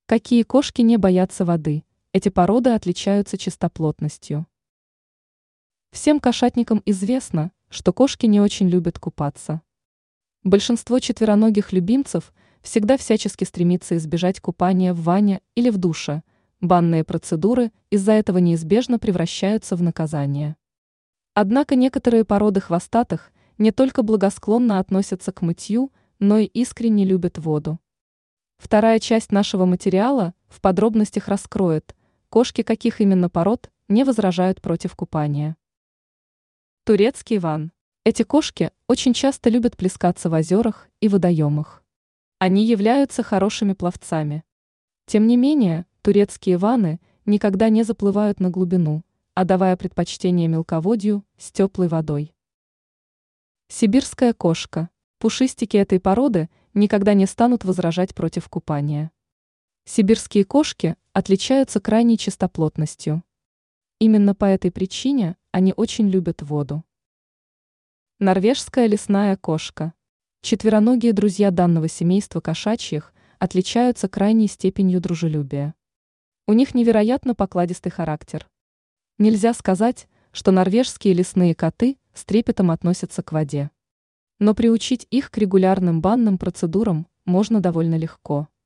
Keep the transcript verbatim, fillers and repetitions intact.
Какие кошки не боятся воды? Эти породы отличаются чистоплотностью. Всем кошатникам известно, что кошки не очень любят купаться. Большинство четвероногих любимцев всегда всячески стремится избежать купания в ванне или в душе. Банные процедуры из-за этого неизбежно превращаются в наказание. Однако некоторые породы хвостатых не только благосклонно относятся к мытью, но и искренне любят воду. Вторая часть нашего материала в подробностях раскроет, кошки каких именно пород не возражают против купания. Турецкий ван. Эти кошки очень часто любят плескаться в озерах и водоемах. Они являются хорошими пловцами. Тем не менее, турецкие ваны никогда не заплывают на глубину, отдавая предпочтение мелководью с теплой водой. Сибирская кошка. Пушистики этой породы никогда не станут возражать против купания. Сибирские кошки отличаются крайней чистоплотностью. Именно по этой причине они очень любят воду. Норвежская лесная кошка. Четвероногие друзья данного семейства кошачьих отличаются крайней степенью дружелюбия. У них невероятно покладистый характер. Нельзя сказать, что норвежские лесные коты с трепетом относятся к воде. Но приучить их к регулярным банным процедурам можно довольно легко.